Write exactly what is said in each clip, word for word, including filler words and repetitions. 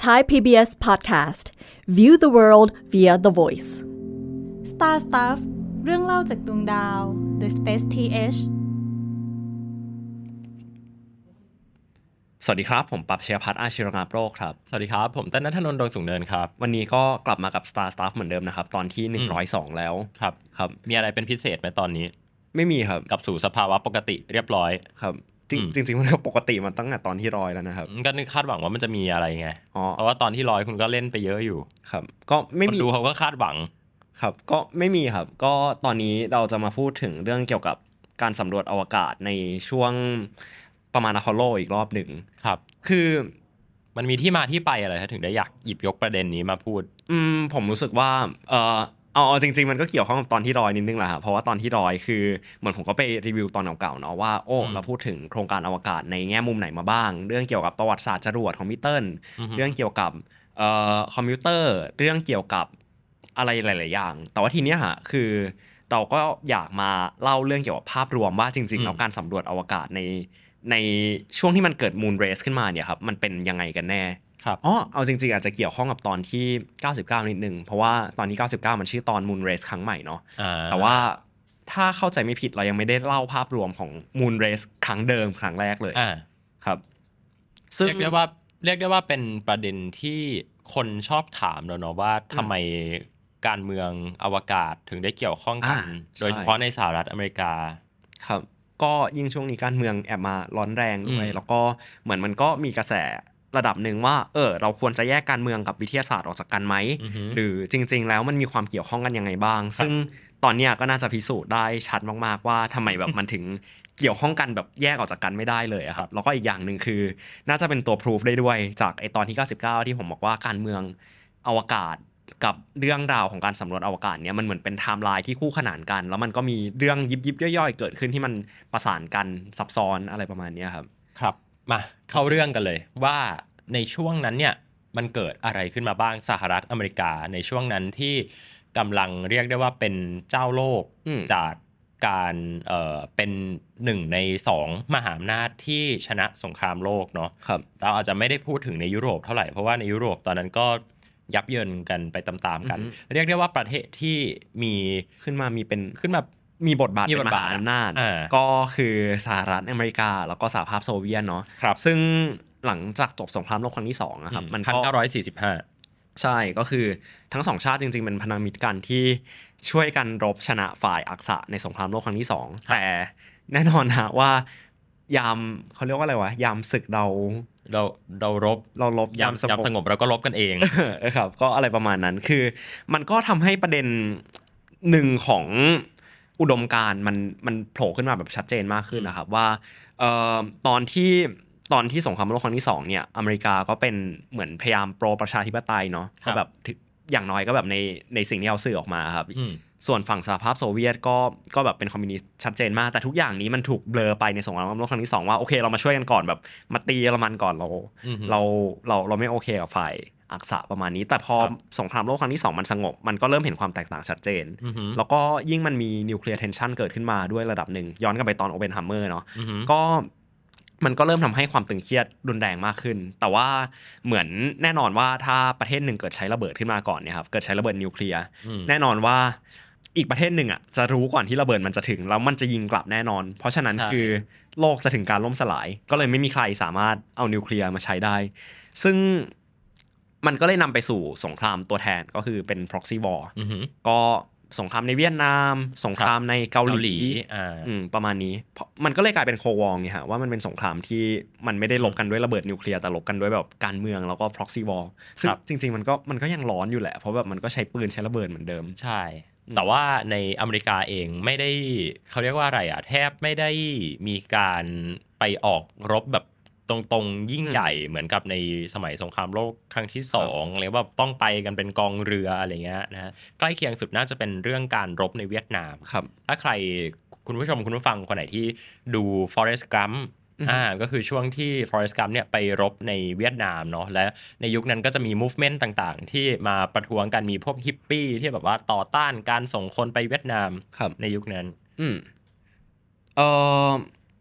Thai พี บี เอส Podcast View the world via the voice Star Stuff เรื่องเล่าจากดวงดาว The Space ที เอชสวัสดีครับผมปั๊บเชียรพัฒน์อาชีรงาโปรครับสวัสดีครับผมต้นณัฐนนท์ดวงสูงเนินครับวันนี้ก็กลับมากับ Star Stuff เหมือนเดิมนะครับตอนที่หนึ่งร้อยสองแล้วครับครับมีอะไรเป็นพิเศษไหมตอนนี้ไม่มีครับกลับสู่สภาวะปกติเรียบร้อยครับจริงจริงๆมันก็ปกติมันตั้งแต่ตอนที่ร้อยแล้วนะครับก็นึกคาดหวังว่ามันจะมีอะไรไงเพราะว่าตอนที่ร้อยคุณก็เล่นไปเยอะอยู่ครับก็ไม่มีคนดูเขาก็คาดหวังครับก็ไม่มีครับก็ตอนนี้เราจะมาพูดถึงเรื่องเกี่ยวกับการสำรวจอวกาศในช่วงประมาณอพอลโลอีกรอบหนึ่งครับคือมันมีที่มาที่ไปอะไรถึงได้อยากหยิบยกประเด็นนี้มาพูดอืมผมรู้สึกว่าเออเอาเอาจริงๆมันก็เกี่ยวข้องกับตอนที่ร้อยนิดนึงแหละครับเพราะว่าตอนที่ร้อยคือเหมือนผมก็ไปรีวิวตอนเก่าๆเนาะว่าโอ้เราพูดถึงโครงการอวกาศในแง่มุมไหนมาบ้างเรื่องเกี่ยวกับประวัติศาสตร์จรวดของพี่เติ้ลเรื่องเกี่ยวกับเอ่อคอมพิวเตอร์เรื่องเกี่ยวกับอะไรหลายๆอย่างแต่ว่าทีเนี้ยฮะคือเราก็อยากมาเล่าเรื่องเกี่ยวกับภาพรวมว่าจริงๆแล้วการสำรวจอวกาศในในช่วงที่มันเกิดมูนเรสขึ้นมาเนี่ยครับมันเป็นยังไงกันแน่อ๋อเอาจริงๆอาจจะเกี่ยวข้องกับตอนที่เก้าสิบเก้านิดนึงเพราะว่าตอนนี้เก้าสิบเก้ามันชื่อตอนมูนเรสครั้งใหม่เนาะแต่ว่าถ้าเข้าใจไม่ผิดเรายังไม่ได้เล่าภาพรวมของมูนเรสครั้งเดิมครั้งแรกเลยครับซึ่งเรียกได้ว่าเรียกได้ว่าเป็นประเด็นที่คนชอบถามเนาะว่าทำไมการเมืองอวกาศถึงได้เกี่ยวข้องกันโดยเฉพาะในสหรัฐอเมริกาครับก็ยิ่งช่วงนี้การเมืองแอบมาร้อนแรงด้วยแล้วก็เหมือนมันก็มีกระแสระดับหนึ่งว่าเออเราควรจะแยกการเมืองกับวิทยาศาสตร์ออกจากกันไหมหรือจริงๆแล้วมันมีความเกี่ยวข้องกันยังไงบ้างซึ่งตอนนี้ก็น่าจะพิสูจน์ได้ชัดมากๆว่าทำไมแบบมันถึงเกี่ยวข้องกันแบบแยกออกจากกันไม่ได้เลยครับแล้วก็อีกอย่างนึงคือน่าจะเป็นตัวพิสูจได้ด้วยจากไอตอนที่เก้าสิบเก้าที่ผมบอกว่าการเมืองอวกาศกับเรื่องราวของการสำรวจอวกาศเนี่ยมันเหมือนเป็นไทม์ไลน์ที่คู่ขนานกันแล้วมันก็มีเรื่องยิบยิบย่อยๆเกิดขึ้นที่มันประสานกันซับซ้อนอะไรประมาณนี้ครับครับมาเข้าเรื่องกันเลยว่าในช่วงนั้นเนี่ยมันเกิดอะไรขึ้นมาบ้างสหรัฐอเมริกาในช่วงนั้นที่กำลังเรียกได้ว่าเป็นเจ้าโลกจากการเอ่อเป็นหนึ่งในสองมหาอำนาจที่ชนะสงครามโลกเนาะเราอาจจะไม่ได้พูดถึงในยุโรปเท่าไหร่เพราะว่าในยุโรปตอนนั้นก็ยับเยินกันไปตามๆกันเรียกได้ว่าประเทศที่มีขึ้นมามีเป็นขึ้นมามีบทบาทเป็นมหาอำนาจก็คือสหรัฐอเมริกาแล้วก็สหภาพโซเวียตเนาะซึ่งหลังจากจบสงครามโลกครั้งที่สองอะครับมันก็หนึ่งพันเก้าร้อยสี่สิบห้าใช่ก็คือทั้งสองชาติจริงๆเป็นพันธมิตรกันที่ช่วยกันรบชนะฝ่ายอักษะในสงครามโลกครั้งที่สองแต่แน่นอนนะว่ายามเขาเรียกว่าอะไรวะยามศึกเราเราเรารบเรารบยามสงบเราก็รบกันเองเออครับก็อะไรประมาณนั้นคือมันก็ทำให้ประเด็นหนึ่งของอุดมการณ์มันมันโผล่ขึ้นมาแบบชัดเจนมากขึ้นนะครับว่าเอ่อตอนที่ตอนที่สงครามโลกครั้งที่สองเนี่ยอเมริกาก็เป็นเหมือนพยายามโปรประชาธิปไตยเนาะก็แบบอย่างน้อยก็แบบในในสิ่งที่เอาสื่อออกมาครับส่วนฝั่งสหภาพโซเวียตก็ก็แบบเป็นคอมมิวนิสต์ชัดเจนมากแต่ทุกอย่างนี้มันถูกเบลอไปในสงครามโลกครั้งที่สองว่าโอเคเรามาช่วยกันก่อนแบบมาตีเยอรมันก่อนเราเราเราเราไม่โอเคกับฝ่ายอักษะประมาณนี้แต่พอสงครามโลกครั้งที่สองมันสงบมันก็เริ่มเห็นความแตกต่างชัดเจนแล้วก็ยิ่งมันมีนิวเคลียร์เทนชันเกิดขึ้นมาด้วยระดับหนึ่งย้อนกลับไปตอนโอเปนฮัมเมอร์เนาะก็มันก็เริ่มทำให้ความตึงเครียดรุนแรงมากขึ้นแต่ว่าเหมือนแน่นอนว่าถ้าประเทศหนึ่งเกิดใช้ระเบิดขึ้นมาก่อนเนี่ยครับเกิดใช้ระเบิดนิวเคลียร์แน่นอนว่าอีกประเทศหนึ่งอ่ะจะรู้ก่อนที่ระเบิดมันจะถึงแล้วมันจะยิงกลับแน่นอนเพราะฉะนั้นคือโลกจะถึงการล่มสลายก็เลยไม่มีใครสามารถเอานิวเคลียร์มาใช้ได้ซึ่งมันก็เลยนำไปสู่สงครามตัวแทนก็คือเป็น proxy war ก็สงครามในเวียดนามสงครามในเกาหลีอ่าอืมประมาณนี้มันก็เลยกลายเป็นโควอร์ไงฮะว่ามันเป็นสงครามที่มันไม่ได้ลบกันด้วยระเบิดนิวเคลียร์แต่ลบกันด้วยแบบการเมืองแล้วก็ proxy war ซึ่งจริงๆมันก็มันก็ยังร้อนอยู่แหละเพราะแบบมันก็ใช้ปืนใช้ระเบิดเหมือนเดิมใช่แต่ว่าในอเมริกาเองไม่ได้เขาเรียกว่าอะไรอ่ะแทบไม่ได้มีการไปออกรบแบบตรงๆยิ่งใหญ่เหมือนกับในสมัยสงครามโลกครั้งที่สองหรือว่าต้องไปกันเป็นกองเรืออะไรเงี้ยนะใกล้เคียงสุดน่าจะเป็นเรื่องการรบในเวียดนามครับถ้าใครคุณผู้ชมคุณผู้ฟังคนไหนที่ดู Forrest Gump อ่าก็คือช่วงที่ Forrest Gump เนี่ยไปรบในเวียดนามเนาะและในยุคนั้นก็จะมี movement ต่างๆที่มาประท้วงกันมีพวกฮิปปี้ที่แบบว่าต่อต้านการส่งคนไปเวียดนามในยุคนั้นอืมเอ่อ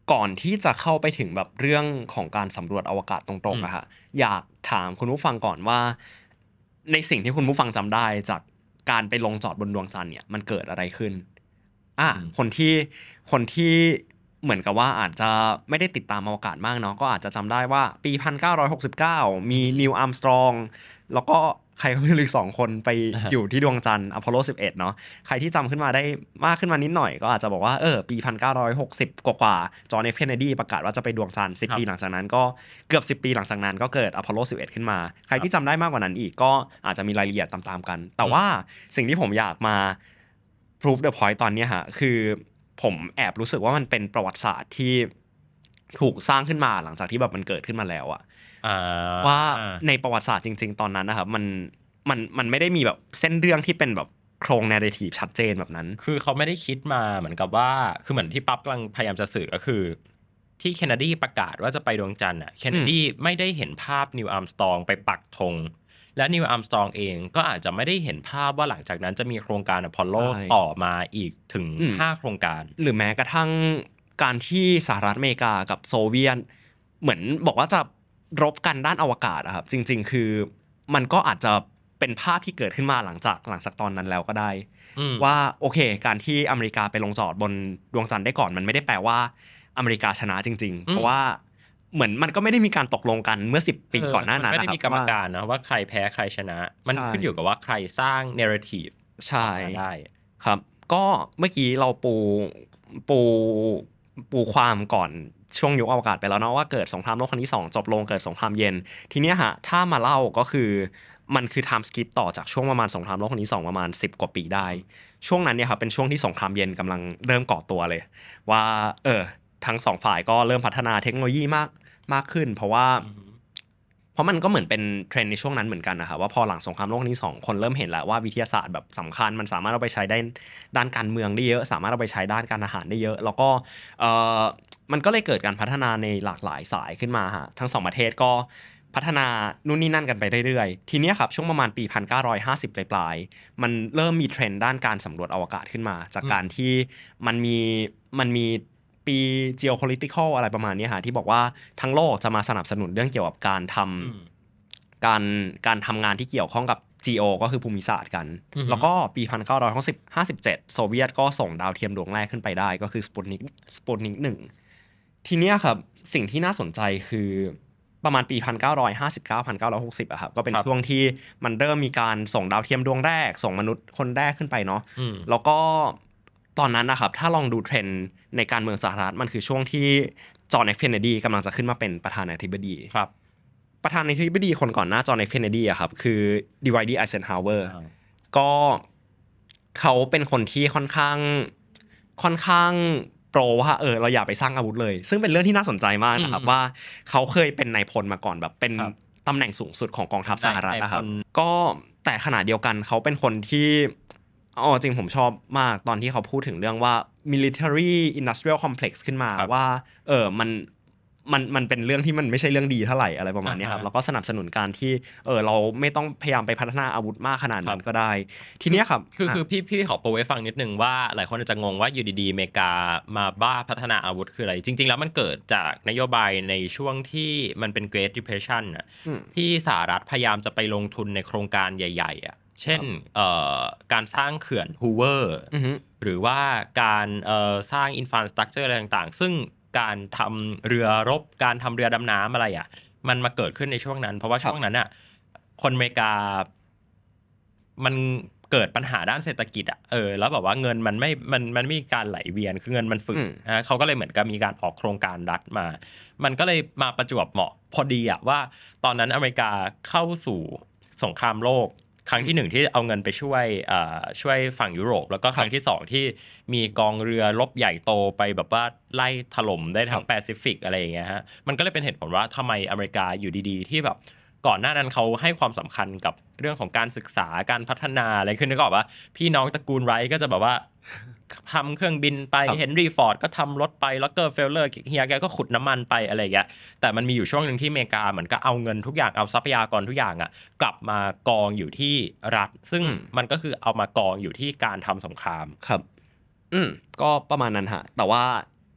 ก่อนที่จะเข้าไปถึงแบบเรื่องของการสำรวจอวกาศตรงๆอะฮะอยากถามคุณผู้ฟังก่อนว่าในสิ่งที่คุณผู้ฟังจำได้จากการไปลงจอดบนดวงจันทร์เนี่ยมันเกิดอะไรขึ้นอ่ะคนที่คนที่เหมือนกับว่าอาจจะไม่ได้ติดตามอวกาศมากเนาะก็อาจจะจำได้ว่าปีหนึ่งพันเก้าร้อยหกสิบเก้ามีนิวอาร์มสตรองแล้วก็ใครก็ไม่รู้อีกสองคนไป อยู่ที่ดวงจันทร์อพอลโลสิบเอ็ดเนาะใครที่จำขึ้นมาได้มากขึ้นมานิดหน่อยก็อาจจะบอกว่าเออปีหนึ่งพันเก้าร้อยหกสิบกว่าๆจอห์น เอฟ เคนเนดีประกาศว่าจะไปดวงจันทร์สิบปีหลังจากนั้นก็เกือบสิบปีหลังจากนั้นก็เกิดอพอลโลสิบเอ็ดขึ้นมาใครที่จำได้มากกว่านั้นอีกก็อาจจะมีรายละเอียดตามๆกันแต่ว่าสิ่งที่ผมอยากมา prove the point ตอนนี้ฮะคือผมแอบรู้สึกว่ามันเป็นประวัติศาสตร์ที่ถูกสร้างขึ้นมาหลังจากที่แบบมันเกิดขึ้นมาแล้วอะว่าในประวัติศาสตร์จริงๆตอนนั้นนะครับมันมันมันไม่ได้มีแบบเส้นเรื่องที่เป็นแบบโครง narrative ชัดเจนแบบนั้นคือเขาไม่ได้คิดมาเหมือนกับว่าคือเหมือนที่ปั๊บกำลังพยายามจะสื่อก็คือที่เคนเนดีประกาศว่าจะไปดวงจันทร์อ่ะเคนเนดีไม่ได้เห็นภาพนิวอาร์มสตรองไปปักธงและนิวอาร์มสตรองเองก็อาจจะไม่ได้เห็นภาพว่าหลังจากนั้นจะมีโครงการอพอลโลต่อมาอีกถึงห้าโครงการหรือแม้กระทั่งการที่สหรัฐอเมริกากับโซเวียตเหมือนบอกว่าจะรบกันด้านอวกาศอะครับจริงๆคือมันก็อาจจะเป็นภาพที่เกิดขึ้นมาหลังจากหลังจากตอนนั้นแล้วก็ได้ว่าโอเคการที่อเมริกาไปลงจอดบนดวงจันทร์ได้ก่อนมันไม่ได้แปลว่าอเมริกาชนะจริงๆเพราะว่าเหมือนมันก็ไม่ได้มีการตกลงกันเมื่อสิบปีก่อนหน้านั้นนะครับไม่ได้มีกรรมการนะว่าใครแพ้ใครชนะมันขึ้นอยู่กับว่าใครสร้าง narrative ใช่ได้ครับก็เมื่อกี้เราปูปูปูความก่อนช่วงยุคอวกาศไปแล้วเนาะว่าเกิดสงครามโลกครั้งที่สองจบลงเกิดสงครามเย็นทีเนี้ยฮะถ้ามาเล่าก็คือมันคือ time skip ต่อจากช่วงประมาณสงครามโลกครั้งที่สองประมาณสิบกว่าปีได้ช่วงนั้นเนี่ยครับเป็นช่วงที่สงครามเย็นกำลังเริ่มก่อตัวเลยว่าเออทั้งสองฝ่ายก็เริ่มพัฒนาเทคโนโลยีมากมากขึ้นเพราะว่าเพราะมันก็เหมือนเป็นเทรนด์ในช่วงนั้นเหมือนกันนะครับว่าพอหลังสงครามโลกครั้งที่สองคนเริ่มเห็นแล้วว่าวิทยาศาสตร์แบบสำคัญมันสามารถเอาไปใช้ได้ด้านการเมืองได้เยอะสามารถเอาไปใช้ด้านการอาหารได้เยอะแล้วก็เอ่อมันก็เลยเกิดการพัฒนาในหลากหลายสายขึ้นมาฮะทั้งสองประเทศก็พัฒนานู่นนี่นั่นกันไปเรื่อยๆทีนี้ครับช่วงประมาณปีหนึ่งพันเก้าร้อยห้าสิบปลายๆมันเริ่มมีเทรนด์ด้านการสำรวจอวกาศขึ้นมาจากการที่มันมีมันมีปี geopolitical อะไรประมาณนี้ฮะที่บอกว่าทั้งโลกจะมาสนับสนุนเรื่องเกี่ยวกับการทำการการทำงานที่เกี่ยวข้องกับ geo ก็คือภูมิศาสตร์กันแล้วก็ปีหนึ่งพันเก้าร้อยห้าสิบเจ็ดโซเวียตก็ส่งดาวเทียมดวงแรกขึ้นไปได้ก็คือสปุตนิกสปุตนิกหนึ่งทีเนี้ยครับสิ่งที่น่าสนใจคือประมาณปีหนึ่งพันเก้าร้อยห้าสิบเก้า หนึ่งพันเก้าร้อยหกสิบอ่ะครับก็เป็นช่วงที่มันเริ่มมีการส่งดาวเทียมดวงแรกส่งมนุษย์คนแรกขึ้นไปเนาะแล้วก็ตอนนั้นนะครับถ้าลองดูเทรนด์ในการเมืองสหรัฐมันคือช่วงที่จอห์น เอฟ เคนเนดีกำลังจะขึ้นมาเป็นประธานาธิบดีครับประธานาธิบดีคนก่อนหน้าจอห์น เอฟ เคนเนดีอะครับคือดีไวดีไอเซนฮาวเวอร์ก็เขาเป็นคนที่ค่อนข้างค่อนข้างโปรว่าเออเราอย่าไปสร้างอาวุธเลยซึ่งเป็นเรื่องที่น่าสนใจมากนะครับว่าเขาเคยเป็นนายพลมาก่อนแบบเป็นตำแหน่งสูงสุดของกองทัพสหรัฐนะครับก็แต่ขณะเดียวกันเขาเป็นคนที่อ๋อจริงผมชอบมากตอนที่เขาพูดถึงเรื่องว่า military industrial complex ขึ้นมาว่าเออมันมันมันเป็นเรื่องที่มันไม่ใช่เรื่องดีเท่าไหร่อะไรประมาณนี้ครับแล้วก็สนับสนุนการที่เออเราไม่ต้องพยายามไปพัฒนาอาวุธมากขนาดนั้นก็ได้ทีนี้ครับคือคือพี่พี่ขอโปรไว้ฟังนิดนึงว่าหลายคนอาจจะงงว่าอยู่ดีๆอเมริกามาบ้าพัฒนาอาวุธคืออะไรจริงๆแล้วมันเกิดจากนโยบายในช่วงที่มันเป็น Great Depression น่ะที่สหรัฐพยายามจะไปลงทุนในโครงการใหญ่ๆอ่ะเช่นเอ่อการสร้างเขื่อนฮูเวอร์หรือว่าการเอ่อสร้างอินฟราสตรัคเจอร์อะไรต่างๆซึ่งการทำเรือรบการทำเรือดำน้ำอะไรอ่ะมันมาเกิดขึ้นในช่วงนั้นเพราะว่าช่วงนั้นอ่ะคนอเมริกามันเกิดปัญหาด้านเศรษฐกิจอ่ะเออแล้วแบบว่าเงินมันไม่มันมันไม่มีการไหลเวียนคือเงินมันฝืดนะเขาก็เลยเหมือนกับมีการออกโครงการรัฐมามันก็เลยมาประจวบเหมาะพอดีอ่ะว่าตอนนั้นอเมริกาเข้าสู่สงครามโลกครั้งที่หนึ่งที่เอาเงินไปช่วยอ่าช่วยฝั่งยุโรปแล้วก็ครั้งที่สองที่มีกองเรือรบใหญ่โตไปแบบว่าไล่ถล่มได้ทั้งแปซิฟิกอะไรอย่างเงี้ยฮะมันก็เลยเป็นเหตุผลว่าทำไมอเมริกาอยู่ดีๆที่แบบก่อนหน้านั้นเขาให้ความสำคัญกับเรื่องของการศึกษาการพัฒนาอะไรขึ้นนึกออกว่าพี่น้องตระกูลไรท์ก็จะแบบว่าทำเครื่องบินไปเฮนรี่ฟอร์ดก็ทำรถไปล็อกเกอร์เฟลเลอร์เฮียแกก็ขุดน้ำมันไปอะไรอย่างเงี้ยแต่มันมีอยู่ช่วงนึงที่อเมริกาเหมือนก็เอาเงินทุกอย่างเอาทรัพยากรทุกอย่างอ่ะกลับมากองอยู่ที่รัฐซึ่งมันก็คือเอามากองอยู่ที่การทำสงครามครับอืมก็ประมาณนั้นฮะแต่ว่า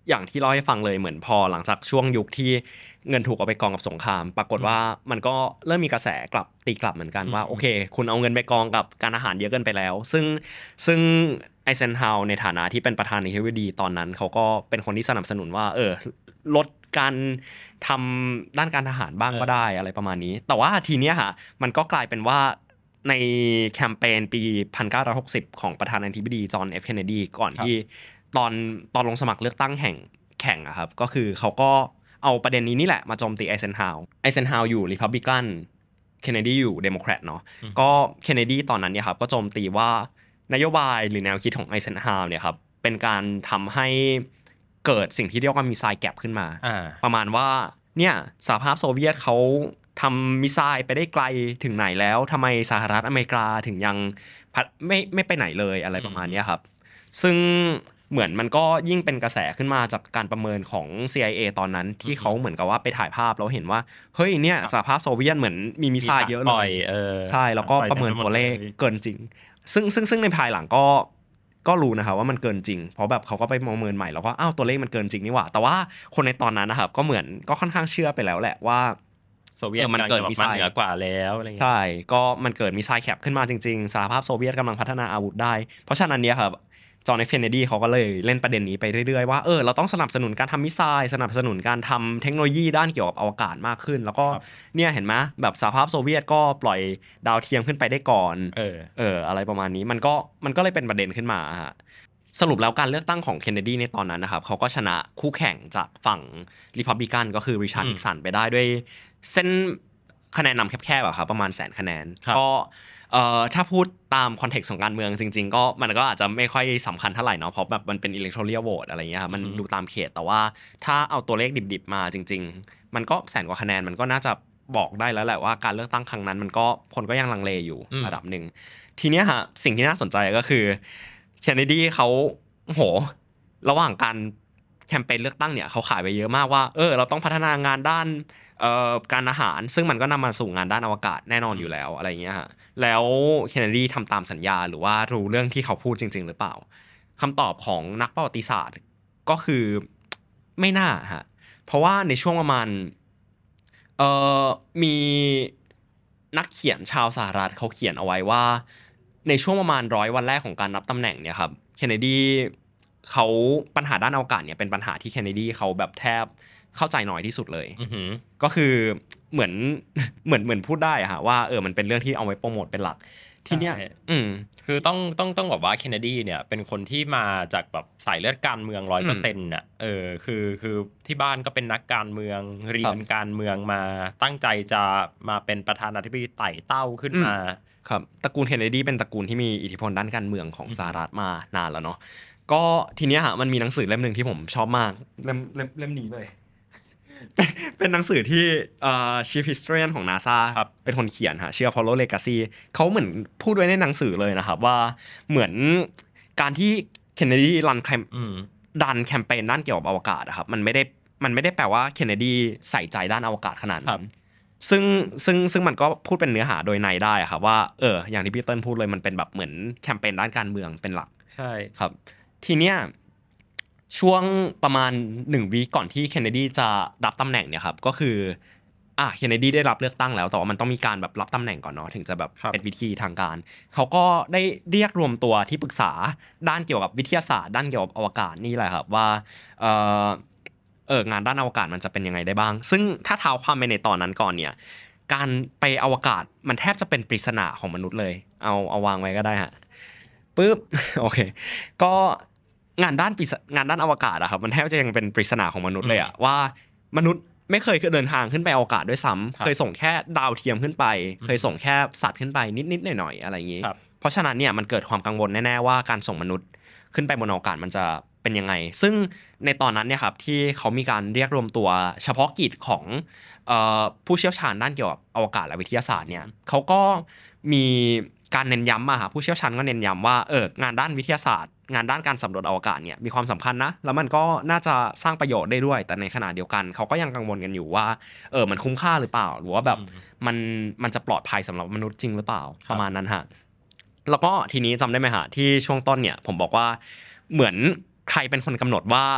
อย่างที่เล่าให้ฟังเลยเหมือนพอหลังจากช่วงยุคที่เงินถูกเอาไปกองกับสงครามปรากฏว่ามันก็เริ่มมีกระแสกลับตีกลับเหมือนกันว่าโอเคคุณเอาเงินไปกองกับการอาหารเยอะเกินไปแล้วซึ่งซึ่งไอเซนฮาวในฐานะที่เป็นประธานาธิบดีตอนนั้นเขาก็เป็นคนที่สนับสนุนว่าเออลดการทำด้านการทหารบ้างก็ได้อะไรประมาณนี้แต่ว่าทีเนี้ยฮะมันก็กลายเป็นว่าในแคมเปญปีหนึ่งพันเก้าร้อยหกสิบของประธานาธิบดีจอห์น เอฟ เคนเนดีก่อนที่ตอนตอนลงสมัครเลือกตั้งแห่งแข่งอะครับก็คือเขาก็เอาประเด็นนี้นี่แหละมาโจมตีไอเซนฮาวไอเซนฮาวอยู่ริพับลิกันเคนเนดีอยู่เดโมแครตเนาะก็เคนเนดีตอนนั้นเนี่ยครับก็โจมตีว่านโยบายหรือแนวคิดของไอเซนฮาวเนี่ยครับเป็นการทำให้เกิดสิ่งที่เรียกว่ามิสไซล์แกปขึ้นมาประมาณว่าเนี่ยสหภาพโซเวียตเขาทำมิสไซล์ไปได้ไกลถึงไหนแล้วทำไมสหรัฐอเมริกาถึงยังไม่ไม่ไปไหนเลยอะไรประมาณนี้ครับซึ่งเหมือนมันก็ยิ่งเป็นกระแสขึ้นมาจากการประเมินของ ซี ไอ เอ ตอนนั้นที่เขาเหมือนกับว่าไปถ่ายภาพแล้วเห็นว่าเฮ้ยเนี่ยสหภาพโซเวียตเหมือนมีมิสไซล์เยอะเลยใช่แล้วก็ประเมินตัวเลขเกินจริงซึ่งซึ่งซึ่งในภายหลังก็ก็รู้นะครับว่ามันเกินจริงเพราะแบบเขาก็ไปประเมินใหม่แล้วก็อ้าวตัวเลขมันเกินจริงนี่หว่าแต่ว่าคนในตอนนั้นนะครับก็เหมือนก็ค่อนข้างเชื่อไปแล้วแหละว่าโซเวียตมันเกิดมิสไซล์เหนือกว่าแล้วอะไรเงี้ยใช่ก็มันเกิดมิสไซล์แคปขึ้นมาจริงๆสหภาพโซเวียตกำลังพัฒนาอาวุธได้เพราะฉะนั้นเนี่ยครับจอห์น เอฟ เคนเนดีเขาก็เลยเล่นประเด็นนี้ไปเรื่อยๆว่าเออเราต้องสนับสนุนการทำมิสไซล์สนับสนุนการทำเทคโนโลยีด้านเกี่ยวกับอวกาศมากขึ้นแล้วก็เนี่ยเห็นไหมแบบสหภาพโซเวียตก็ปล่อยดาวเทียมขึ้นไปได้ก่อนเออเอออะไรประมาณนี้มันก็มันก็เลยเป็นประเด็นขึ้นมาฮะสรุปแล้วการเลือกตั้งของเคนเนดีในตอนนั้นนะครับเขาก็ชนะคู่แข่งจากฝั่งริพับลิกันก็คือริชาร์ดนิกสันไปได้ด้วยเส้นคะแนนนำแคบๆอะครับประมาณแสนคะแนนก็เอ่อถ้าพูดตามคอนเทกซ์ของการเมืองจริงๆก็มันก็อาจจะไม่ค่อยสำคัญเท่าไหร่เนาะเพราะแบบมันเป็น electoral vote อะไรเงี้ยครับมันดูตามเขตแต่ว่าถ้าเอาตัวเลขดิบๆมาจริงๆมันก็แสนกว่าคะแนนมันก็น่าจะบอกได้แล้วแหละว่าการเลือกตั้งครั้งนั้นมันก็คนก็ยังลังเลอยู่ระดับหนึ่งทีเนี้ยฮะสิ่งที่น่าสนใจก็คือเคนเนดีเขาโหระหว่างการแคมเปญเลือกตั้งเนี่ยเขาขายไปเยอะมากว่าเออเราต้องพัฒนางานด้านเอ่อการอาหารซึ่งมันก็นำมาสู่งานด้านอวกาศแน่นอนอยู่แล้วอะไรเงี้ยฮะแล้วเคนเนดีทำตามสัญญาหรือว่ารู้เรื่องที่เขาพูดจริงๆหรือเปล่าคำตอบของนักประวัติศาสตร์ก็คือไม่น่าฮะเพราะว่าในช่วงประมาณเอ่อมีนักเขียนชาวสหรัฐเขาเขียนเอาไว้ว่าในช่วงประมาณร้อยวันแรกของการรับตำแหน่งเนี่ยครับเคนเนดีเขาปัญหาด้านอวกาศเนี่ยเป็นปัญหาที่เคนเนดีเขาแบบแทบเข้าใจน้อยที่สุดเลยก็คือเหมือนเหมือนเหมือนพูดได้อะฮะว่าเออมันเป็นเรื่องที่เอาไว้โปรโมทเป็นหลักทีเนี้ยอืมคือต้องต้องต้องบอกว่าเคนเนดีเนี่ยเป็นคนที่มาจากแบบสายเลือดการเมือง ร้อยเปอร์เซ็นต์ น่ะเออคือคือที่บ้านก็เป็นนักการเมืองเรียนการเมืองมาตั้งใจจะมาเป็นประธานาธิบดีไต่เต้าขึ้นมาครับตระกูลเคนเนดีเป็นตระกูลที่มีอิทธิพลด้านการเมืองของสหรัฐมานานแล้วเนาะก็ทีเนี้ยฮะมันมีหนังสือเล่มนึงที่ผมชอบมากเล่มเล่มเล่มนี้เลยเป็นหนังสือที่เอ่อ Chief Historian ของ NASA ครับเป็นคนเขียนฮะชื่อ Apollo Legacy เขาเหมือนพูดไว้ในหนังสือเลยนะครับว่าเหมือนการที่ Kennedy รันแคมดันแคมเปญด้านเกี่ยวกับอวกาศครับมันไม่ได้มันไม่ได้แปลว่า Kennedy ใส่ใจด้านอวกาศขนาดนั้นซึ่งซึ่งซึ่งมันก็พูดเป็นเนื้อหาโดยในได้ครับว่าเอออย่างที่พี่เติ้ลพูดเลยมันเป็นแบบเหมือนแคมเปญด้านการเมืองเป็นหลักใช่ครับทีเนี้ยช่วงประมาณหนึ่งวีคก่อนที่เคนเนดีจะรับตำแหน่งเนี่ยครับก็คืออ่ะเคนเนดีได้รับเลือกตั้งแล้วแต่ว่ามันต้องมีการแบบรับตำแหน่งก่อนเนาะถึงจะแบบเป็นวิธีทางการเขาก็ได้เรียกรวมตัวที่ปรึกษาด้านเกี่ยวกับวิทยาศาสตร์ด้านเกี่ยวกับอวกาศนี่แหละครับว่าเอ่อเอองานด้านอวกาศมันจะเป็นยังไงได้บ้างซึ่งถ้าเท้าความไปในตอนนั้นก่อนเนี่ยการไปอวกาศมันแทบจะเป็นปริศนาของมนุษย์เลยเอาเอาวางไว้ก็ได้ฮะปึ๊บโอเคก็งานด้านงานด้านอวกาศอะครับมันแทบจะยังเป็นปริศนาของมนุษย์เลยอะว่ามนุษย์ไม่เคยเดินทางขึ้นไปอวกาศด้วยซ้ำเคยส่งแค่ดาวเทียมขึ้นไปเคยส่งแค่สัตว์ขึ้นไปนิดๆหน่อยๆอะไรอย่างนี้เพราะฉะนั้นเนี่ยมันเกิดความกังวลแน่ๆว่าการส่งมนุษย์ขึ้นไปบนอวกาศมันจะเป็นยังไงซึ่งในตอนนั้นเนี่ยครับที่เขามีการเรียกรวมตัวเฉพาะกิจของเอ่อผู้เชี่ยวชาญด้านเกี่ยวกับอวกาศและวิทยาศาสตร์เนี่ยเขาก็มีการเน้นย้ำมาผู้เชี่ยวชาญก็เน้นย้ำว่าเอองานด้านวิทยาศาสตร์งานด้านการสำรวจอวกาศเนี่ยมีความสำคัญนะแล้วมันก็น่าจะสร้างประโยชน์ได้ด้วยแต่ในขณะเดียวกันเขาก็ยังกังวลกันอยู่ว่าเออมันคุ้มค่าหรือเปล่าหรือว่าแบบมันมันจะปลอดภัยสำหรับมนุษย์จริงหรือเปล่าประมาณนั้นฮะแล้วก็ทีนี้จำได้ไหมฮะที่ช่วงต้นเนี่ยผมบอกว่าเหมือนใครเป็นคนกำหนดว่า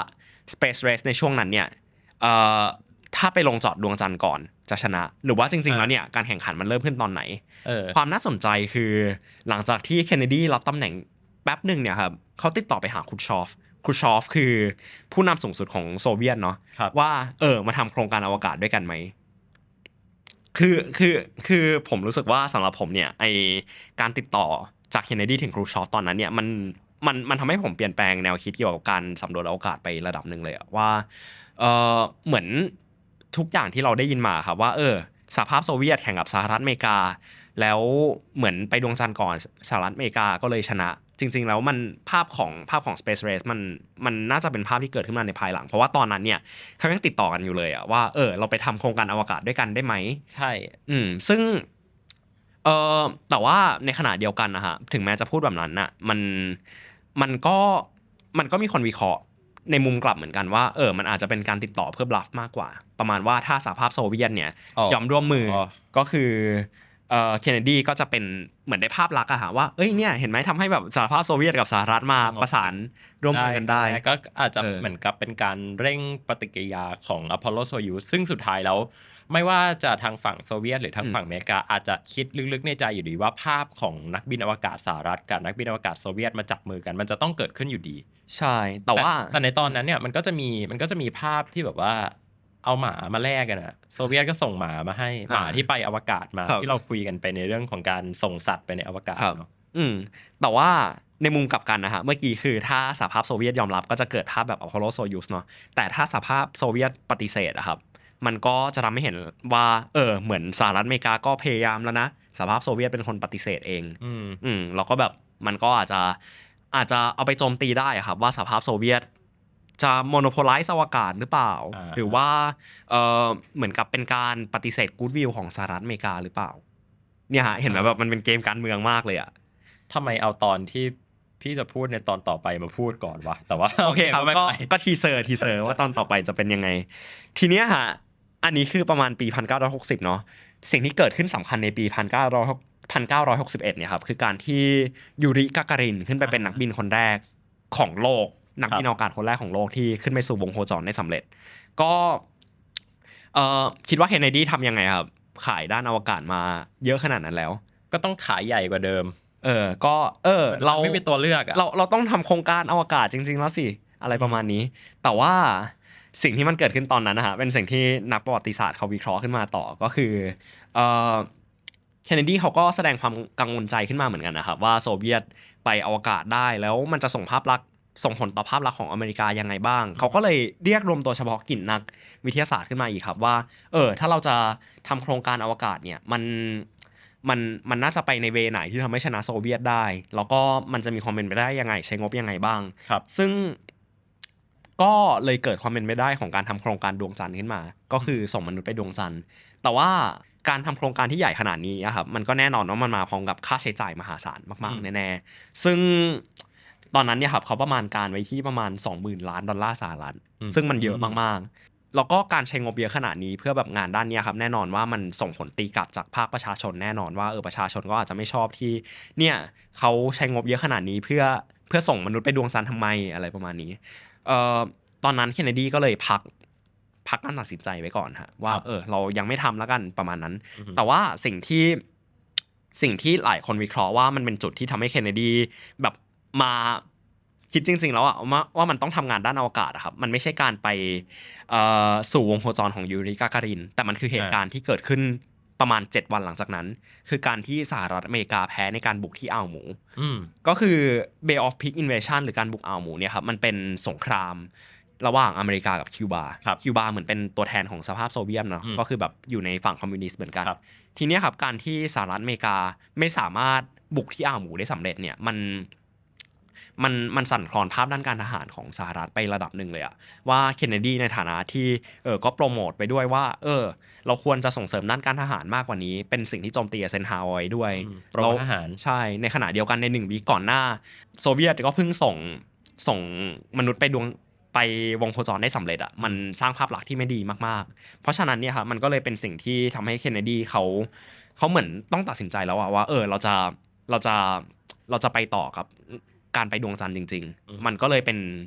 space race ในช่วงนั้นเนี่ยเอ่อถ้าไปลงจอดดวงจันทร์ก่อนจะชนะหรือว่าจริงๆแล้วเนี่ยการแข่งขันมันเริ่มขึ้นตอนไหนความน่าสนใจคือหลังจากที่เคนเนดีรับตำแหน่งแป๊บหนึ่งเนี่ยครับเขาติดต่อไปหาครูชอฟครูชอฟคือผู้นำสูงสุดของโซเวียตเนาะว่าเออมาทำโครงการอวกาศด้วยกันไหมคือคือคือผมรู้สึกว่าสำหรับผมเนี่ยไอการติดต่อจากเคนเนดีถึงครูชอฟตอนนั้นเนี่ยมันมันมันทำให้ผมเปลี่ยนแปลงแนวคิดเกี่ยวกับการสำรวจอวกาศไประดับหนึ่งเลยอะว่าเออเหมือนทุกอย่างที่เราได้ยินมาครับว่าเออสหภาพโซเวียตแข่งกับสหรัฐอเมริกาแล้วเหมือนไปดวงจันทร์ก่อนสหรัฐอเมริกาก็เลยชนะจริงๆแล้วมันภาพของภาพของ Space Race มันมันน่าจะเป็นภาพที่เกิดขึ้นมาในภายหลังเพราะว่าตอนนั้นเนี่ยเขายังติดต่อกันอยู่เลยอะว่าเออเราไปทำโครงการอวกาศด้วยกันได้ไหมใช่อืมซึ่งเออแต่ว่าในขณะเดียวกันนะฮะถึงแม้จะพูดแบบนั้นน่ะมันมันก็มันก็มีคนวิเคราะห์ในมุมกลับเหมือนกันว่าเออมันอาจจะเป็นการติดต่อเพื่อบลัฟมากกว่าประมาณว่าถ้าสหภาพโซเวียตเนี่ยยอมร่วมมือก็คือเอ่อเคนเนดีก็จะเป็นเหมือนได้ภาพลักษณ์อะฮะว่าเอ้ยเนี่ยเห็นไหมทำให้แบบสหภาพโซเวียตกับสหรัฐมาประสานร่วมมือกันได้ก็อาจจะเหมือนกับเป็นการเร่งปฏิกิริยาของอพอลโลโซยูสซึ่งสุดท้ายแล้วไม่ว่าจะทางฝั่งโซเวียตหรือทางฝั่งอเมริกาอาจจะคิดลึกๆในใจอยู่ดีว่าภาพของนักบินอวกาศสหรัฐกับนักบินอวกาศโซเวียตมาจับมือกันมันจะต้องเกิดขึ้นอยู่ดีใช่แต่ว่าแต่ในตอนนั้นเนี่ยมันก็จะมีมันก็จะมีภาพที่แบบว่าเอาหมามาแลกกันอ่ะโซเวียตก็ส่งหมามาให้หมาที่ไปอวกาศมาที่เราคุยกันไปในเรื่องของการส่งสัตว์ไปในอวกาศเนาะอืมแต่ว่าในมุมกลับกันนะฮะเมื่อกี้คือถ้าสหภาพโซเวียตยอมรับก็จะเกิดภาพแบบอพอลโลโซยูสเนาะแต่ถ้าสหภาพโซเวียตปฏิเสธอะครับมันก็จะทำให้เห็นว่าเออเหมือนสหรัฐอเมริกาก็พยายามแล้วนะสหภาพโซเวียตเป็นคนปฏิเสธเองอืมอืมแล้วก็แบบมันก็อาจจะอาจจะเอาไปโจมตีได้ครับว่าสหภาพโซเวียตจะโมโนโพไลซ์อวกาศหรือเปล่าหรือว่าเออเหมือนกับเป็นการปฏิเสธกู๊ดวิลของสหรัฐอเมริกาหรือเปล่าเนี่ยฮะเห็นไหมแบบมันเป็นเกมการเมืองมากเลยอะทำไมเอาตอนที่พี่จะพูดในตอนต่อไปมาพูดก่อนวะแต่ว่าโอเคครับก็ก็ทีเซอร์ทีเซอร์ว่าตอนต่อไปจะเป็นยังไงทีเนี้ยฮะอันนี้คือประมาณปีหนึ่งพันเก้าร้อยหกสิบเนาะสิ่งที่เกิดขึ้นสำคัญในปีหนึ่งพันเก้าร้อยหกสิบเอ็ดเนี่ยครับคือการที่ยูริกาการินขึ้นไปเป็นนักบินคนแรกของโลกนักบินอวกาศคนแรกของโลกที่ขึ้นไปสู่วงโคจรได้สำเร็จก็เอ่อคิดว่าเคนเนดีทำยังไงครับขายด้านอวกาศมาเยอะขนาดนั้นแล้วก็ต้องขายใหญ่กว่าเดิมเออก็เออเราไม่มีตัวเลือกอ่ะเราเราต้องทำโครงการอวกาศจริงๆแล้วสิอะไรประมาณนี้แต่ว่าสิ่งที่มันเกิดขึ้นตอนนั้นนะฮะเป็นสิ่งที่นักประวัติศาสตร์เขาวิเคราะห์ขึ้นมาต่อก็คือเอ่อเคนเนดีเขาก็แสดงความกังวลใจขึ้นมาเหมือนกันนะครับว่าโซเวียตไปอวกาศได้แล้วมันจะส่งภาพลักษณ์ส่งผลต่อภาพลักษณ์ของอเมริกายังไงบ้างเขาก็เลยเรียกรวมตัวเฉพาะกิจนักวิทยาศาสตร์ขึ้นมาอีกครับว่าเออถ้าเราจะทำโครงการอวกาศเนี่ยมันมันมันน่าจะไปในเวไหนที่ทำให้ชนะโซเวียตได้แล้วก็มันจะมีความเป็นไปได้ยังไงใช้งบยังไงบ้างครับซึ่งก็เลยเกิดความเป็นไปได้ของการทำโครงการดวงจันทร์ขึ้นมาก็คือส่งมนุษย์ไปดวงจันทร์แต่ว่าการทำโครงการที่ใหญ่ขนาดนี้ครับมันก็แน่นอนว่ามันมาพร้อมกับค่าใช้จ่ายมหาศาลมากๆแน่ๆซึ่งตอนนั้นเนี่ยครับเขาประมาณการไว้ที่ประมาณ สองหมื่น ล้านดอลลาร์สหรัฐซึ่งมันเยอะมากๆแล้วก็การใช้งบเยอะขนาดนี้เพื่อแบบงานด้านนี้ครับแน่นอนว่ามันส่งผลตีกลับจากภาคประชาชนแน่นอนว่าเออประชาชนก็อาจจะไม่ชอบที่เนี่ยเขาใช้งบเยอะขนาดนี้เพื่อเพื่อส่งมนุษย์ไปดวงจันทร์ทำไมอะไรประมาณนี้เอ่อตอนนั้นเคนเนดีก็เลยพักพักการตัดสินใจไว้ก่อนฮะว่าเออเรายังไม่ทำแล้วกันประมาณนั้นแต่ว่าสิ่งที่สิ่งที่หลายคนวิเคราะห์ว่ามันเป็นจุดที่ทำให้เคนเนดีแบบมาคิดจริงๆแล้วอะว่าว่ามันต้องทำงานด้านอวกาศอะครับมันไม่ใช่การไปเอ่อสู่วงโคจรของยูริกาการินแต่มันคือเหตุการณ์ที่เกิดขึ้นประมาณเจ็ดวันหลังจากนั้นคือการที่สหรัฐอเมริกาแพ้ในการบุกที่อ่าวหมูก็คือ Bay of Pigs Invasion หรือการบุกอ่าวหมูเนี่ยครับมันเป็นสงครามระหว่างอเมริกากับคิวบาคิวบาเหมือนเป็นตัวแทนของสหภาพโซเวียตเนาะก็คือแบบอยู่ในฝั่งคอมมิวนิสต์เหมือนกันทีนี้ครับการที่สหรัฐอเมริกาไม่สามารถบุกที่อ่าวหมูได้สำเร็จเนี่ยมันมันมันสั่นคลอนภาพด้านการทหารของสหรัฐไประดับหนึ่งเลยอะว่าเคนเนดีในฐานะที่เออก็โปรโมทไปด้วยว่าเออเราควรจะส่งเสริมด้านการทหารมากกว่านี้เป็นสิ่งที่โจมตีเซนฮาวอยด้วยเราทหารใช่ในขณะเดียวกันในหนึ่งวีก่อนหน้าโซเวียตก็เพิ่งส่งส่งมนุษย์ไปดวงไปวงโคจรได้สำเร็จอะมันสร้างภาพลักษณ์ที่ไม่ดีมากๆเพราะฉะนั้นเนี่ยครับมันก็เลยเป็นสิ่งที่ทำให้เคนเนดีเขาเขาเหมือนต้องตัดสินใจแล้วอะว่าเออเราจะเราจะเราจะไปต่อกับการไปดวงจันทร์จริงๆมันก็เลยเป็น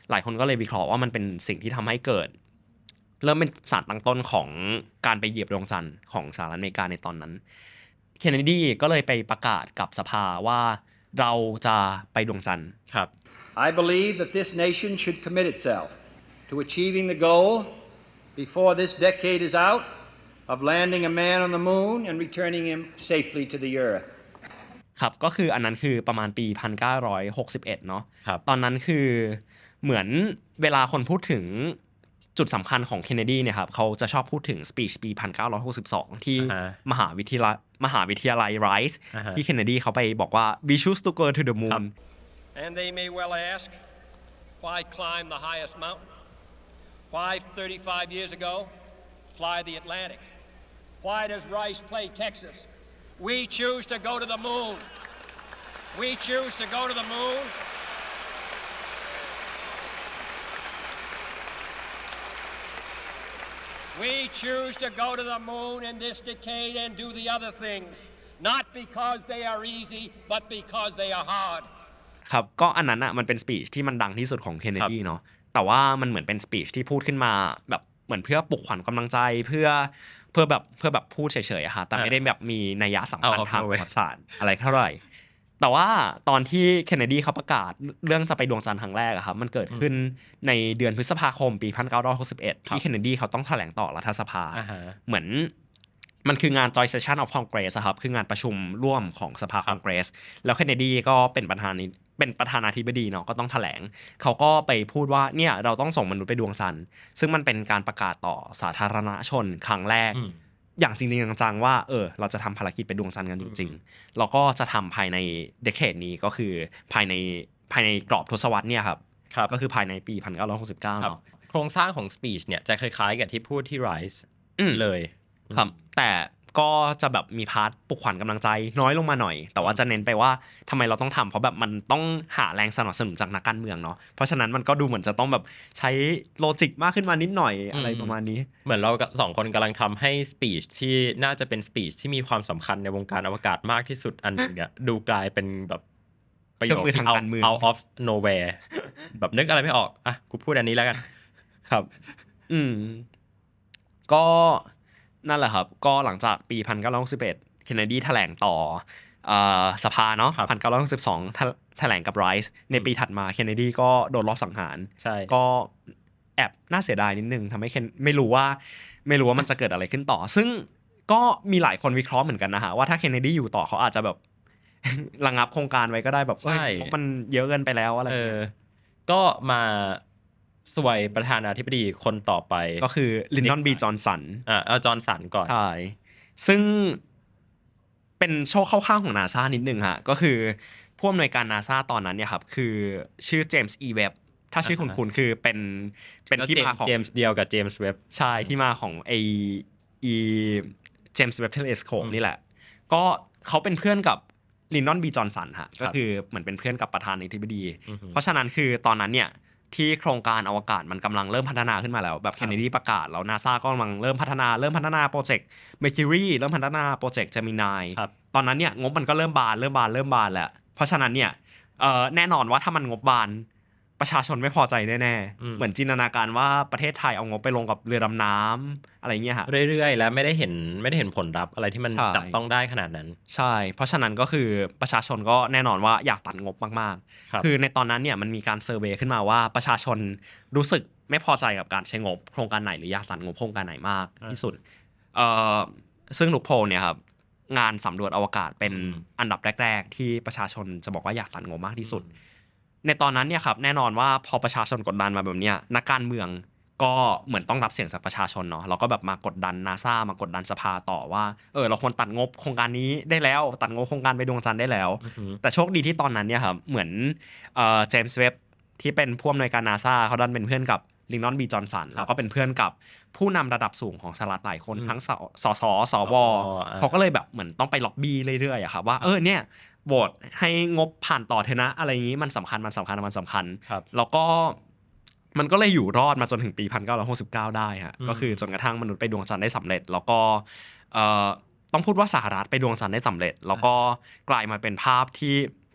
หลายคนก็เลยวิเคราะห์ว่ามันเป็นสิ่งที่ทำให้เกิดเริ่มเป็นสารตั้งต้นของการไปเหยียบดวงจันทร์ของสหรัฐอเมริกาในตอนนั้นเคนเนดีก็เลยไปประกาศกับสภาว่าเราจะไปดวงจันทร์ครับ I believe that this nation should commit itself to achieving the goal before this decade is out of landing a man on the moon and returning him safely to the earth ครับก็คืออันนั้นคือประมาณปีหนึ่งพันเก้าร้อยหกสิบเอ็ดเนาะตอนนั้นคือเหมือนเวลาคนพูดถึงจุดสำคัญของเคนเนดีเนี่ยครับเขาจะชอบพูดถึงสปีชปีหนึ่งพันเก้าร้อยหกสิบสองที่มหาวิทยาลัยมหาวิทยาลัยไรส์ที่เคนเนดีเขาไปบอกว่า we choose to go to the moon and they may well ask why climb the highest mountain why thirty-five years ago fly the Atlantic why does Rice play Texas we choose to go to the moon we choose to go to the moon we choose to go to the moon in this decade and do the other things not because they are easy but because they are hard ครับก็อันนั้นอ่ะมันเป็นสปีชที่มันดังที่สุดของเคนเนดีเนาะแต่ว่ามันเหมือนเป็นสปีชที่พูดขึ้นมาแบบเหมือนเพื่อปลุกขวัญกำลังใจเพื่อเพื่อแบบเพื่อแบบพูดเฉยๆอะค่ะแต่ไม่ได้แบบมีนัยสำคัญทางประวัติศาสตร์อะไรเท่าไหร่แต่ว่าตอนที่เคนเนดีเขาประกาศเรื่องจะไปดวงจันทร์ครั้งแรกอะครับมันเกิดขึ้นในเดือนพฤษภาคมปีหนึ่งพันเก้าร้อยหกสิบเอ็ดที่เคนเนดีเขาต้องแถลงต่อรัฐสภาเหมือนมันคืองาน Joint Session of Congress อะครับคืองานประชุมร่วมของสภาคองเกรสแล้วเคนเนดีก็เป็นประธานเป็นประธานาธิบดีเนาะก็ต้องแถลงเขาก็ไปพูดว่าเนี่ยเราต้องส่งมนุษย์ไปดวงจันทร์ซึ่งมันเป็นการประกาศต่อสาธารณชนครั้งแรกอย่างจริงๆจังๆว่าเออเราจะทำภารกิจไปดวงจันทร์กันจริงๆเราก็จะทำภายในเดเคดนี้ก็คือภายในภายในกรอบทศวรรษเนี่ยครับก็คือภายในปีหนึ่งพันเก้าร้อยหกสิบเก้าเนาะโครงสร้างของสปีชเนี่ยจะคล้ายๆกับที่พูดที่ไรส์เลยครับแต่ก็จะแบบมีพาร์ทปลุกขวัญกำลังใจน้อยลงมาหน่อยแต่ว่าจะเน้นไปว่าทำไมเราต้องทำเพราะแบบมันต้องหาแรงสนับสนุนจากนักการเมืองเนาะเพราะฉะนั้นมันก็ดูเหมือนจะต้องแบบใช้โลจิกมากขึ้นมานิดหน่อยอะไรประมาณนี้เหมือนเราสองคนกำลังทำให้สปีชที่น่าจะเป็นสปีชที่มีความสำคัญในวงการอวกาศมากที่สุดอันนึงเนี่ยดูกลายเป็นแบบประโยคทางการเมือง out of nowhere แบบนึกอะไรไม่ออกอ่ะกูพูดอันนี้แล้วกันครับอืมก็นั่นแหละครับก็หลังจากปีหนึ่งพันเก้าร้อยหกสิบเอ็ดเคนเนดีแถลงต่อเอ่อสภาเนาะหนึ่งพันเก้าร้อยหกสิบสองแถลงกับไรส์ในปีถัดมาเคนเนดีก็โดนลอบสังหารใช่ก็แอบน่าเสียดายนิดนึงทำให้เคนไม่รู้ว่าไม่รู้ว่ามันจะเกิดอะไรขึ้นต่อซึ่งก็มีหลายคนวิเคราะห์เหมือนกันนะฮะว่าถ้าเคนเนดีอยู่ต่อเขาอาจจะแบบระงับโครงการไว้ก็ได้แบบเอ้ยมันเยอะเกินไปแล้วอะไรเออก็มาสวยประธานาธิบดีคนต่อไปก็คือลินดอนบีจอห์นสันอ่าเอาจอห์นสันก่อนใช่ซึ่งเป็นโชคเข้าข้างของ NASA นิดนึงฮะก็คือผู้อำนวยการ NASA ตอนนั้นเนี่ยครับคือชื่อเจมส์อีเว็บถ้าชื่อคุณคุณคือเป็นเป็นที่มาของเจมส์เดียวกับเจมส์เว็บใช่ที่มาของไออีเจมส์เว็บเทเลสโคปนี่แหละก็เขาเป็นเพื่อนกับลินดอนบีจอห์นสันฮะก็คือเหมือนเป็นเพื่อนกับประธานาธิบดีเพราะฉะนั้นคือตอนนั้นเนี่ยที่โครงการอวกาศมันกำลังเริ่มพัฒนาขึ้นมาแล้วแบบเคนเนดีประกาศแล้ว NASA ก็กำลังเริ่มพัฒนาเริ่มพัฒนาโปรเจกต์ Mercury เริ่มพัฒนาโปรเจกต์ Gemini ตอนนั้นเนี่ยงบมันก็เริ่มบานเริ่มบานเริ่มบานแหละเพราะฉะนั้นเนี่ยเอ่อแน่นอนว่าถ้ามันงบบานประชาชนไม่พอใจแน่ๆเหมือนจินตนาการว่าประเทศไทยเอางบไปลงกับเรือดำน้ำอะไรเงี้ยฮะเรื่อยๆแล้วไม่ได้เห็นไม่ได้เห็นผลลัพธ์อะไรที่มันจับต้องได้ขนาดนั้นใช่เพราะฉะนั้นก็คือประชาชนก็แน่นอนว่าอยากตัดงบมากๆคือในตอนนั้นเนี่ยมันมีการเซอร์เวย์ขึ้นมาว่าประชาชนรู้สึกไม่พอใจกับการใช้งบโครงการไหนหรืออยากตัดงบโครงการไหนมากที่สุดเอ่อซึ่งลูกโพลเนี่ยครับงานสำรวจอวกาศเป็นอันดับแรกๆที่ประชาชนจะบอกว่าอยากตัดงบมากที่สุดในตอนนั้นเนี่ยครับแน่นอนว่าพอประชาชนกดดันมาแบบเนี้ยนักการเมืองก็เหมือนต้องรับเสียงจากประชาชนเนาะเราก็แบบมากดดัน NASA มากดดันสภาต่อว่าเออเราควรตัดงบโครงการนี้ได้แล้วตัดงบโครงการไปดวงจันทร์ได้แล้ว uh-huh. แต่โชคดีที่ตอนนั้นเนี่ยครับเหมือนเอ่อเจมส์เว็บที่เป็นผู้อำนวยการ NASA เขาดันเป็นเพื่อนกับลินดอนบีจอห์นสันแล้วก็เป็นเพื่อนกับผู้นำระดับสูงของสหรัฐหลายคน uh-huh. ทั้งสสสว uh-huh. เขาก็เลยแบบเหมือนต้องไปล็อบบี้เรื่อยๆอะครับว่าเออเนี่ยโหวตให้งบผ่านต่อเถอะนะอะไรอย่างนี้มันสำคัญมันสำคัญมันสำคัญแล้วก็มันก็เลยอยู่รอดมาจนถึงปีหนึ่งพันเก้าร้อยหกสิบเก้าได้ฮะก็คือจนกระทั่งมนุษย์ไปดวงจันทร์ได้สำเร็จแล้วก็เอ่อต้องพูดว่าสหรัฐไปดวงจันทร์ได้สำเร็จแล้วก็กลายมาเป็นภาพที่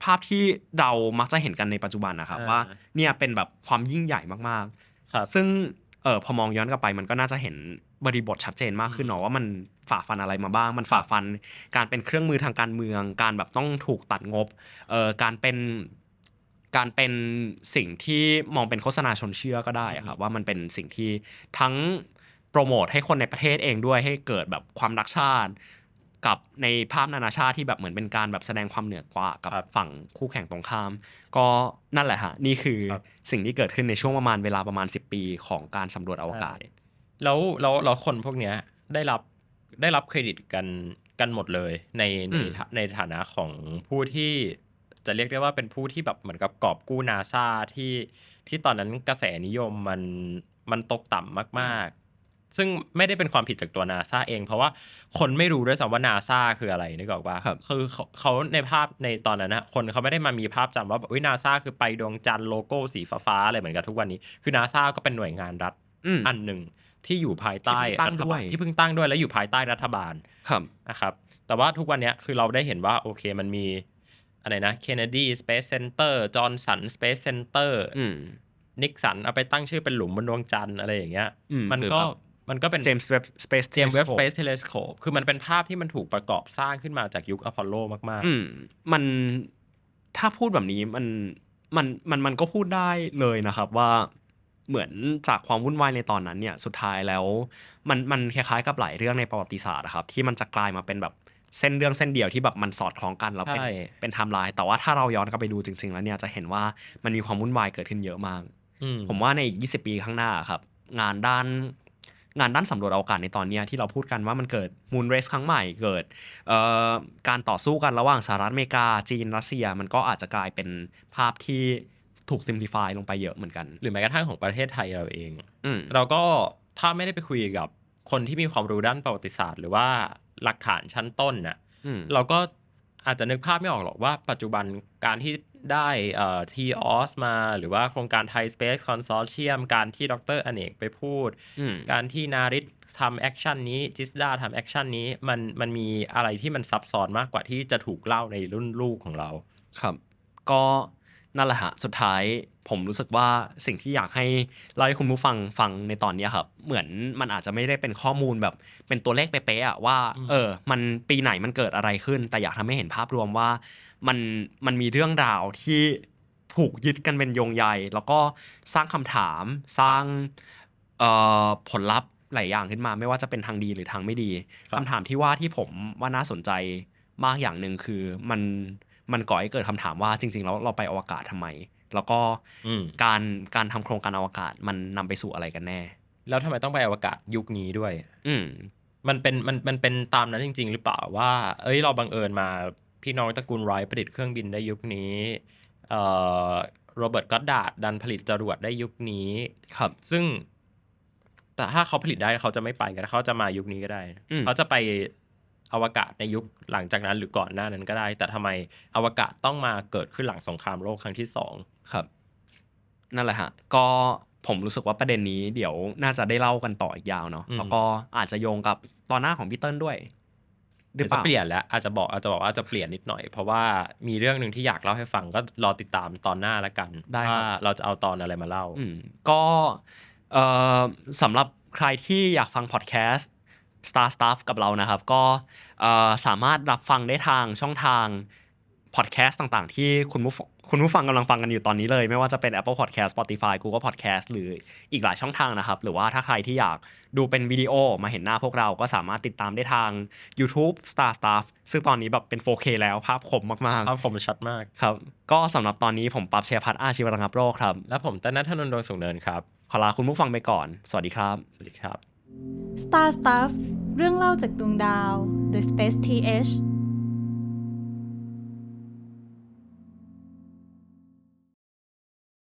ภาพที่เรามักจะเห็นกันในปัจจุบันนะครับว่าเนี่ยเป็นแบบความยิ่งใหญ่มากๆซึ่งเออพอมองย้อนกลับไปมันก็น่าจะเห็นบริบทชัดเจนมากขึ้นเนาะว่ามันฝ่าฟันอะไรมาบ้างมันฝ่าฟันการเป็นเครื่องมือทางการเมืองการแบบต้องถูกตัดงบเอ่อการเป็นการเป็นสิ่งที่มองเป็นโฆษณาชวนเชื่อก็ได้ครับว่ามันเป็นสิ่งที่ทั้งโปรโมทให้คนในประเทศเองด้วยให้เกิดแบบความรักชาติกับในภาพนานาชาติที่แบบเหมือนเป็นการแบบแสดงความเหนือกว่ากับฝั่งคู่แข่งตรงข้ามก็นั่นแหละฮะนี่คือสิ่งที่เกิดขึ้นในช่วงประมาณเวลาประมาณสิบปีของการสำรวจอวกาศแล้วแล้วแล้วคนพวกเนี้ยได้รับได้รับเครดิตกันกันหมดเลยในในในฐานะของผู้ที่จะเรียกได้ว่าเป็นผู้ที่แบบเหมือนกับกอบกู้ NASA ที่ที่ตอนนั้นกระแสนิยมมันมันตกต่ำมากๆซึ่งไม่ได้เป็นความผิดจากตัว NASA เองเพราะว่าคนไม่รู้ด้วยซ้ำว่า NASA คืออะไรนึกออกป่ะคือเขาเขาในภาพในตอนนั้นนะคนเขาไม่ได้มามีภาพจำว่าแบบอุ๊ย NASA คือไปดวงจันทร์โลโก้สีฟ้าๆอะไรเหมือนกับทุกวันนี้คือ NASA ก็เป็นหน่วยงานรัฐอันหนึ่งที่อยู่ภายใต้รัฐบาลที่เพิ่งตั้งด้วยและอยู่ภายใต้รัฐบาลนะครับแต่ว่าทุกวันนี้คือเราได้เห็นว่าโอเคมันมีอะไรนะ Kennedy Space Center Johnson Space Center นิกสันเอาไปตั้งชื่อเป็นหลุมบนดวงจันทร์อะไรอย่างเงี้ยมันก็มันก็เป็น James Webb Space James Webb Space Telescope คือมันเป็นภาพที่มันถูกประกอบสร้างขึ้นมาจากยุคอพอลโลมากๆมันถ้าพูดแบบนี้มันมันมันมันก็พูดได้เลยนะครับว่าเหมือนจากความวุ่นวายในตอนนั้นเนี่ยสุดท้ายแล้วมันมันคล้ายๆกับหลายเรื่องในประวัติศาสตร์ครับที่มันจะกลายมาเป็นแบบเส้นเรื่องเส้นเดียวที่แบบมันสอดคล้องกันแล้วเป็นเป็นไทม์ไลน์แต่ว่าถ้าเราย้อนกลับไปดูจริงๆแล้วเนี่ยจะเห็นว่ามันมีความวุ่นวายเกิดขึ้นเยอะมากผมว่าในอีกยี่สิบปีข้างหน้าครับงานด้านงานด้านสำรวจอวกาศในตอนนี้ที่เราพูดกันว่ามันเกิดมูนเรสครั้งใหม่เกิดการต่อสู้กันระหว่างสหรัฐอเมริกาจีนรัสเซียมันก็อาจจะกลายเป็นภาพที่ถูกซิมพลิฟายลงไปเยอะเหมือนกันหรือแม้กระทั่งของประเทศไทยเราเองเราก็ถ้าไม่ได้ไปคุยกับคนที่มีความรู้ด้านประวัติศาสตร์หรือว่าหลักฐานชั้นต้นน่ะเราก็อาจจะนึกภาพไม่ออกหรอกว่าปัจจุบันการที่ได้เอ่อ ที ออ เอส มาหรือว่าโครงการ Thai Space Consortium การที่ดร.อเนกไปพูดการที่นาริศทำแอคชั่นนี้จิสดาทำแอคชั่นนี้มันมันมีอะไรที่มันซับซ้อนมากกว่าที่จะถูกเล่าในรุ่นลูกของเราครับก็นั่นแหละฮะสุดท้ายผมรู้สึกว่าสิ่งที่อยากให้เล่าให้คุณผู้ฟังฟังในตอนนี้ครับเหมือนมันอาจจะไม่ได้เป็นข้อมูลแบบเป็นตัวเลขเป๊ะๆอ่ะว่าเออมันปีไหนมันเกิดอะไรขึ้นแต่อยากทำให้เห็นภาพรวมว่ามันมันมีเรื่องราวที่ผูกยึดกันเป็นโยงใยแล้วก็สร้างคำถามสร้างเอ่อผลลัพธ์หลายอย่างขึ้นมาไม่ว่าจะเป็นทางดีหรือทางไม่ดีคำถามที่ว่าที่ผมว่าน่าสนใจมากอย่างนึงคือมันมันก่อให้เกิดคำถามว่าจริงๆแล้วเราไปอวกาศทำไมแล้วก็การการทำโครงการอวกาศมันนำไปสู่อะไรกันแน่แล้วทำไมต้องไปอวกาศยุคนี้ด้วยอืมมันเป็นมันมันเป็นตามนั้นจริงๆหรือเปล่าว่าเอ้ยเราบังเอิญมาพี่น้องตระกูลไรท์ผลิตเครื่องบินได้ยุคนี้เอ่อโรเบิร์ตก็อดดาร์ดดันผลิตจรวดได้ยุคนี้ครับซึ่งแต่ถ้าเขาผลิตได้เขาจะไม่ไปกันเขาจะมายุคนี้ก็ได้เขาจะไปอวกาศในยุคหลังจากนั้นหรือก่อนหน้านั้นก็ได้แต่ทำไมอวกาศต้องมาเกิดขึ้นหลังสงครามโลกครั้งที่สองครับนั่นแหละฮะก็ผมรู้สึกว่าประเด็นนี้เดี๋ยวน่าจะได้เล่ากันต่ออีกยาวเนาะแล้วก็อาจจะโยงกับตอนหน้าของพี่เติ้ลด้วยหรือเปล่าเปลี่ยนแล้วอาจจะบอกอาจจะบอกว่าจะเปลี่ยนนิดหน่อยเพราะว่ามีเรื่องนึงที่อยากเล่าให้ฟังก็รอติดตามตอนหน้าละกันว่าเราจะเอาตอนอะไรมาเล่าก็เอ่อสำหรับใครที่อยากฟังพอดแคสต์Star Stuff กับเรานะครับก็สามารถรับฟังได้ทางช่องทางพอดแคสต์ต่างๆที่คุณผู้คุณผู้ฟังกำลังฟังกันอยู่ตอนนี้เลยไม่ว่าจะเป็น Apple Podcast Spotify Google Podcast หรืออีกหลายช่องทางนะครับหรือว่าถ้าใครที่อยากดูเป็นวิดีโอมาเห็นหน้าพวกเราก็สามารถติดตามได้ทาง YouTube Star Stuff ซึ่งตอนนี้แบบเป็น โฟร์เค แล้วภาพคมมากๆภาพคมชัดมากครับก็สำหรับตอนนี้ผมปั๊บเชียร์พัฒน์อาชีวระงับโรคครับและผมต้นณัฐนนท์ ดวงสูงเนินครับขอลาคุณผู้ฟังไปก่อนสวัสดีครับสวัสดีครับ Star Stuff เรื่องเล่าจากดวงดาว The Space ที เอช